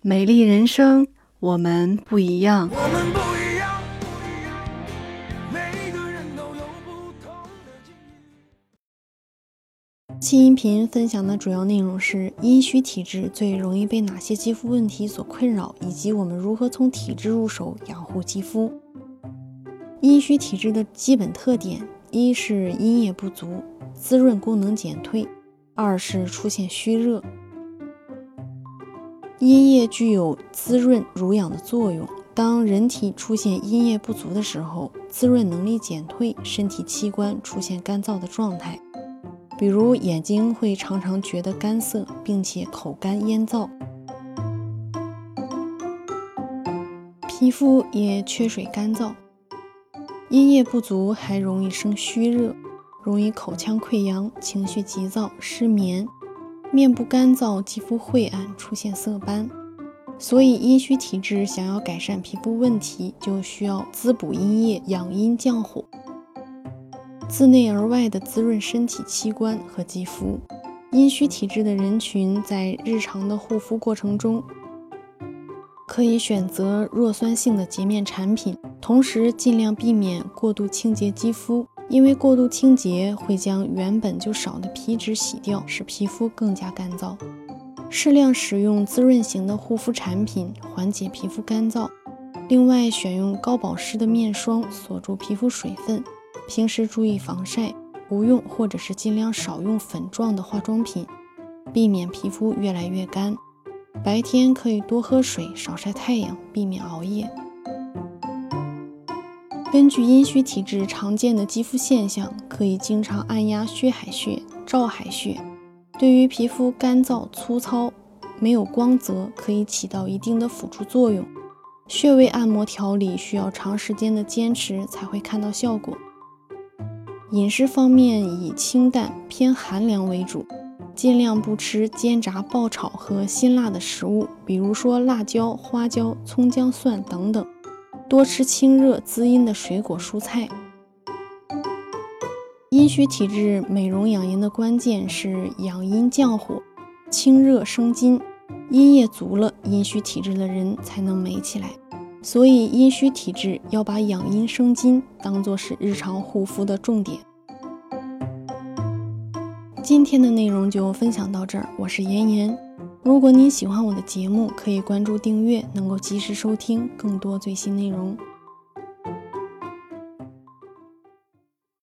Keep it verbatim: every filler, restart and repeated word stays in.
美丽人生，我们不一样。 我们不一样，不一样，每个人都有不同的境遇。 这期音频分享的主要内容是阴虚体质最容易被哪些肌肤问题所困扰，以及我们如何从体质入手养护肌肤。阴虚体质的基本特点：一是阴液不足，滋润功能减退；二是出现虚热。阴液具有滋润濡养的作用，当人体出现阴液不足的时候，滋润能力减退，身体器官出现干燥的状态，比如眼睛会常常觉得干涩，并且口干咽燥，皮肤也缺水干燥。阴液不足还容易生虚热，容易口腔溃疡，情绪急躁，失眠，面部干燥，肌肤晦暗，出现色斑。所以阴虚体质想要改善皮肤问题，就需要滋补阴液，养阴降火，自内而外的滋润身体器官和肌肤。阴虚体质的人群在日常的护肤过程中，可以选择弱酸性的洁面产品，同时尽量避免过度清洁肌肤，因为过度清洁会将原本就少的皮脂洗掉，使皮肤更加干燥。适量使用滋润型的护肤产品，缓解皮肤干燥。另外，选用高保湿的面霜锁住皮肤水分。平时注意防晒，不用或者是尽量少用粉状的化妆品，避免皮肤越来越干。白天可以多喝水，少晒太阳，避免熬夜。根据阴虚体质常见的肌肤现象，可以经常按压血海穴、照海穴，对于皮肤干燥、粗糙、没有光泽，可以起到一定的辅助作用。穴位按摩调理需要长时间的坚持才会看到效果。饮食方面以清淡偏寒凉为主，尽量不吃煎炸、爆炒和辛辣的食物，比如说辣椒、花椒、葱姜蒜等等，多吃清热滋阴的水果蔬菜。阴虚体质美容养阴的关键是养阴降火，清热生津，阴液足了，阴虚体质的人才能美起来。所以阴虚体质要把养阴生津当作是日常护肤的重点。今天的内容就分享到这儿，我是妍妍。如果您喜欢我的节目，可以关注订阅，能够及时收听更多最新内容。